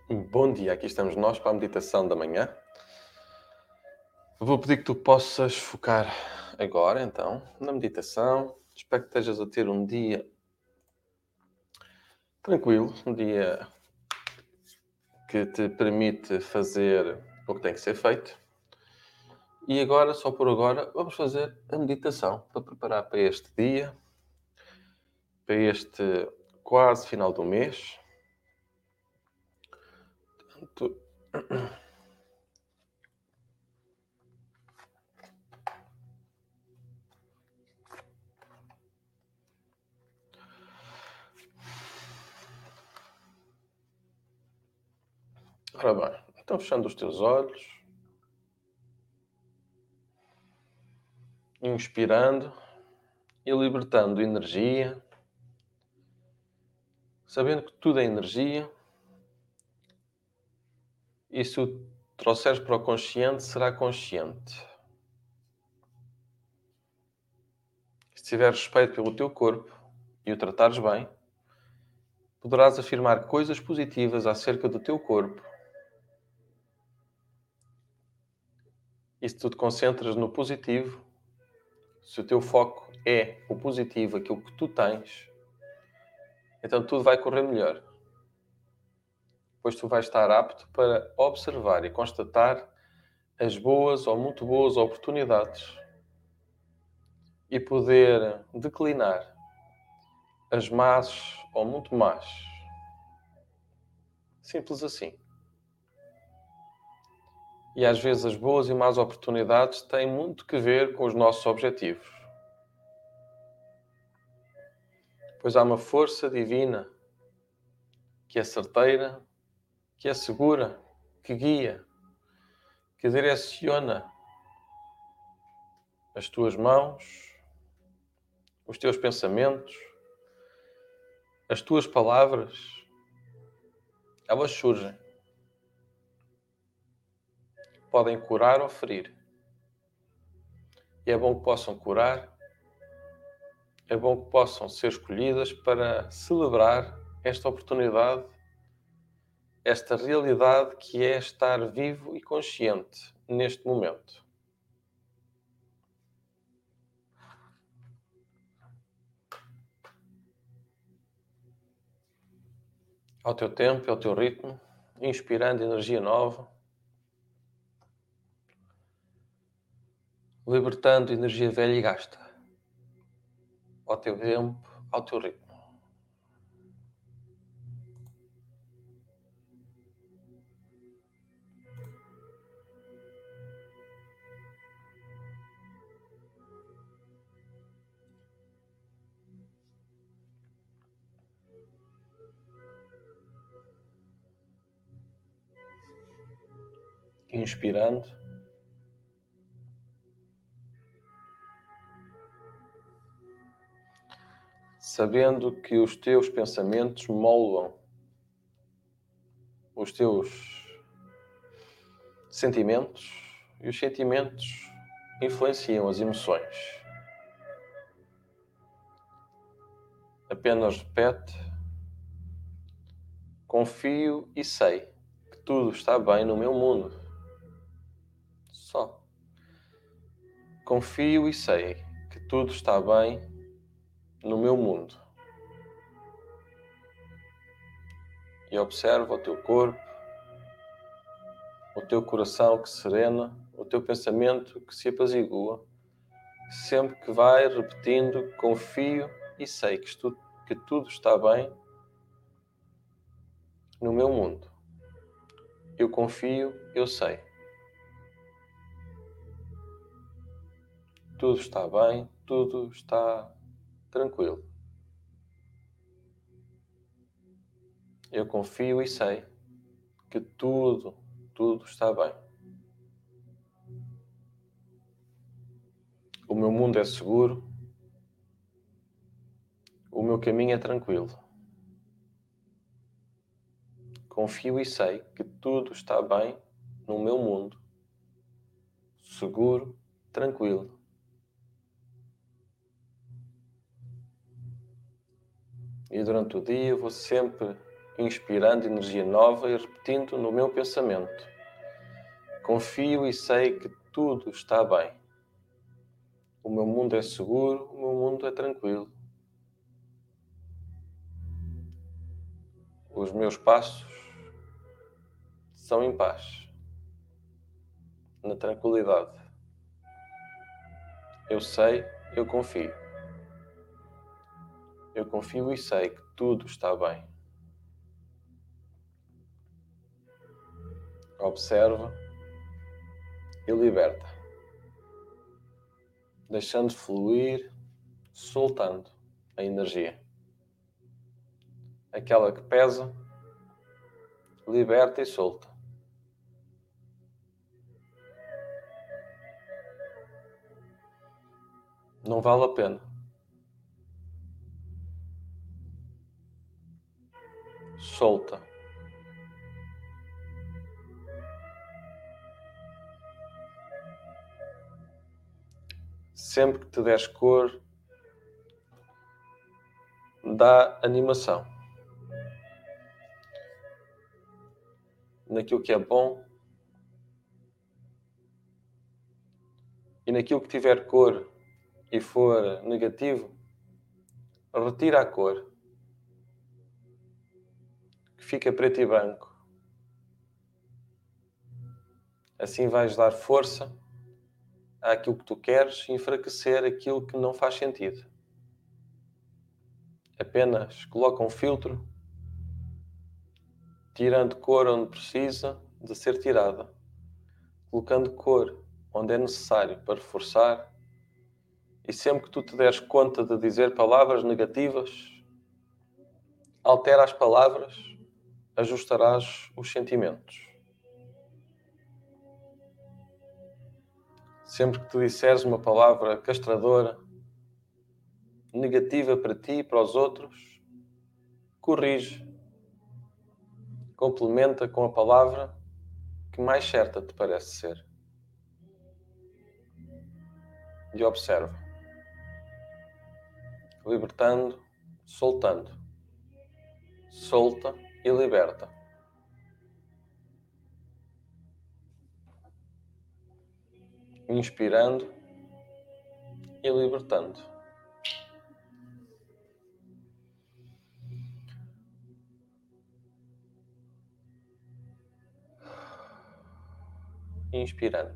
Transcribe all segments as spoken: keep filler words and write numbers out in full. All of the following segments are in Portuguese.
Bom dia, aqui estamos nós para a meditação da manhã. Vou pedir que tu possas focar agora, então, na meditação. Espero que estejas a ter um dia tranquilo, um dia que te permite fazer o que tem que ser feito. E agora, só por agora, vamos fazer a meditação para preparar para este dia, para este quase final do mês. Portanto, ora bem, então fechando os teus olhos, inspirando e libertando energia, sabendo que tudo é energia, e se o trouxeres para o consciente, será consciente. Se tiveres respeito pelo teu corpo e o tratares bem, poderás afirmar coisas positivas acerca do teu corpo. E se tu te concentras no positivo, se o teu foco é o positivo, aquilo que tu tens, então tudo vai correr melhor. Pois tu vais estar apto para observar e constatar as boas ou muito boas oportunidades e poder declinar as más ou muito más. Simples assim. E às vezes as boas e más oportunidades têm muito que ver com os nossos objetivos. Pois há uma força divina que é certeira, que é segura, que guia, que direciona as tuas mãos, os teus pensamentos, as tuas palavras. Elas surgem. Podem curar ou ferir. E é bom que possam curar, é bom que possam ser escolhidas para celebrar esta oportunidade, esta realidade que é estar vivo e consciente neste momento. Ao teu tempo, ao teu ritmo, inspirando energia nova, libertando energia velha e gasta. Ao teu tempo, ao teu ritmo. Inspirando. Sabendo que os teus pensamentos moldam os teus sentimentos e os sentimentos influenciam as emoções. Apenas repete: confio e sei que tudo está bem no meu mundo. Só. Confio e sei que tudo está bem no meu mundo. E observa o teu corpo, o teu coração que serena, o teu pensamento que se apazigua, sempre que vai repetindo: confio e sei que, estu- que tudo está bem no meu mundo. Eu confio, eu sei. Tudo está bem, tudo está tranquilo. Eu confio e sei que tudo, tudo está bem. O meu mundo é seguro. O meu caminho é tranquilo. Confio e sei que tudo está bem no meu mundo. Seguro, tranquilo. E durante o dia vou sempre inspirando energia nova e repetindo no meu pensamento: confio e sei que tudo está bem. O meu mundo é seguro, o meu mundo é tranquilo. Os meus passos são em paz, na tranquilidade. Eu sei, eu confio. Eu confio e sei que tudo está bem. Observa e liberta, deixando fluir, soltando a energia. Aquela que pesa, liberta e solta. Não vale a pena. Solta. Sempre que te deres cor, dá animação. Naquilo que é bom e naquilo que tiver cor e for negativo, retira a cor, que fica preto e branco. Assim vais dar força àquilo que tu queres e enfraquecer aquilo que não faz sentido. Apenas coloca um filtro, tirando cor onde precisa de ser tirada, colocando cor onde é necessário para reforçar, e sempre que tu te deres conta de dizer palavras negativas, altera as palavras, ajustarás os sentimentos. Sempre que tu disseres uma palavra castradora, negativa para ti e para os outros, corrige. Complementa com a palavra que mais certa te parece ser. E observa. Libertando, soltando. Solta e liberta. Inspirando e libertando. Inspirando.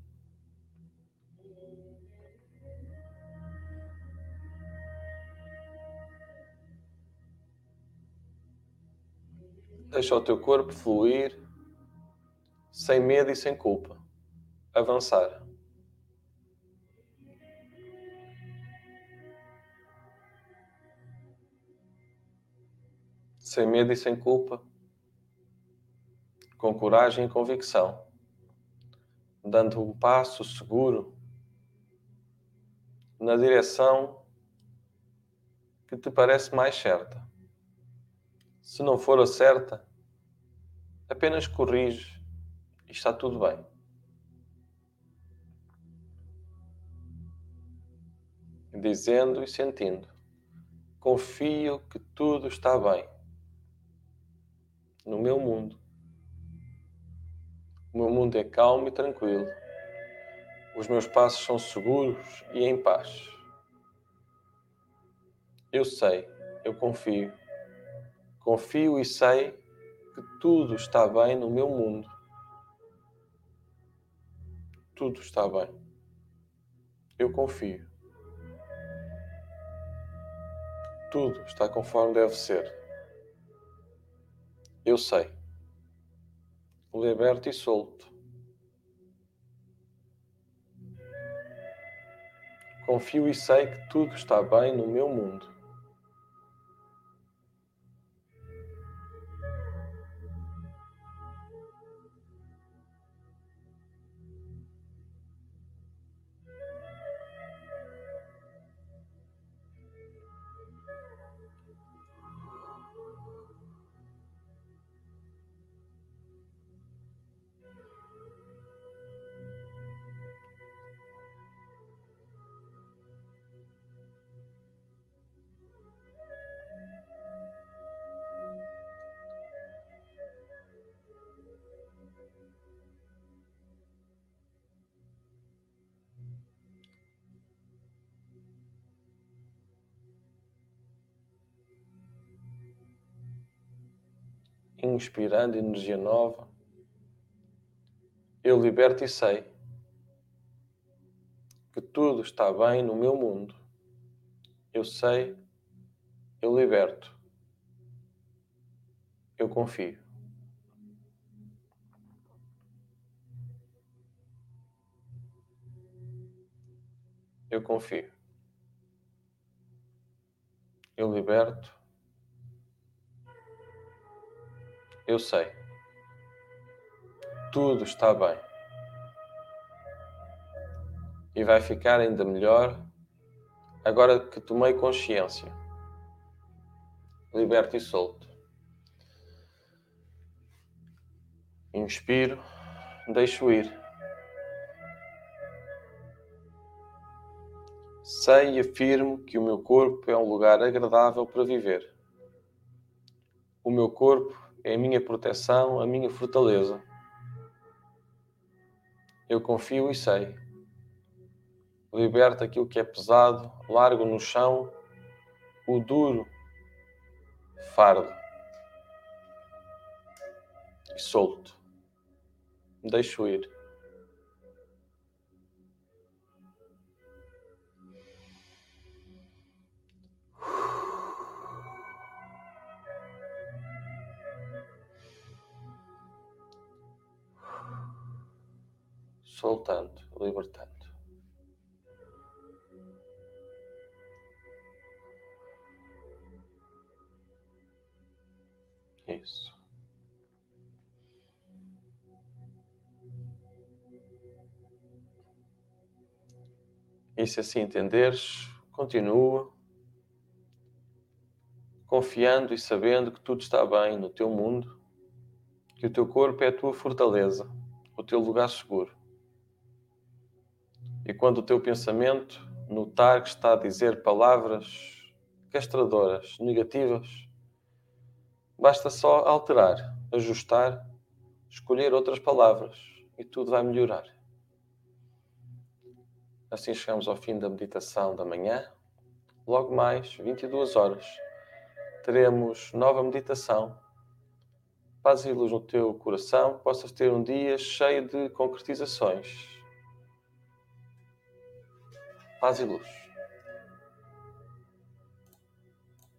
Deixa o teu corpo fluir, sem medo e sem culpa. Avançar. Sem medo e sem culpa. Com coragem e convicção. Dando um passo seguro na direção que te parece mais certa. Se não for a certa, apenas corrige e está tudo bem. Dizendo e sentindo: confio que tudo está bem no meu mundo. O meu mundo é calmo e tranquilo. Os meus passos são seguros e em paz. Eu sei, eu confio. Confio e sei que tudo está bem no meu mundo. Tudo está bem. Eu confio. Tudo está conforme deve ser. Eu sei. Liberto e solto. Confio e sei que tudo está bem no meu mundo. inspirando energia nova. Eu liberto e sei que tudo está bem no meu mundo. Eu sei, eu liberto, eu confio. Eu confio. Eu liberto. Eu sei. Tudo está bem. E vai ficar ainda melhor agora que tomei consciência. Liberto e solto. Inspiro, deixo ir. Sei e afirmo que o meu corpo é um lugar agradável para viver. O meu corpo é a minha proteção, a minha fortaleza. Eu confio e sei. Liberto aquilo que é pesado, largo no chão o duro fardo e solto. Deixo ir. Soltando, libertando. Isso. E se assim entenderes, continua confiando e sabendo que tudo está bem no teu mundo, que o teu corpo é a tua fortaleza, o teu lugar seguro. E quando o teu pensamento notar que está a dizer palavras castradoras, negativas, basta só alterar, ajustar, escolher outras palavras e tudo vai melhorar. Assim chegamos ao fim da meditação da manhã. Logo mais, vinte e duas horas, teremos nova meditação. Paz e luz no teu coração, que possas ter um dia cheio de concretizações. Paz e luz.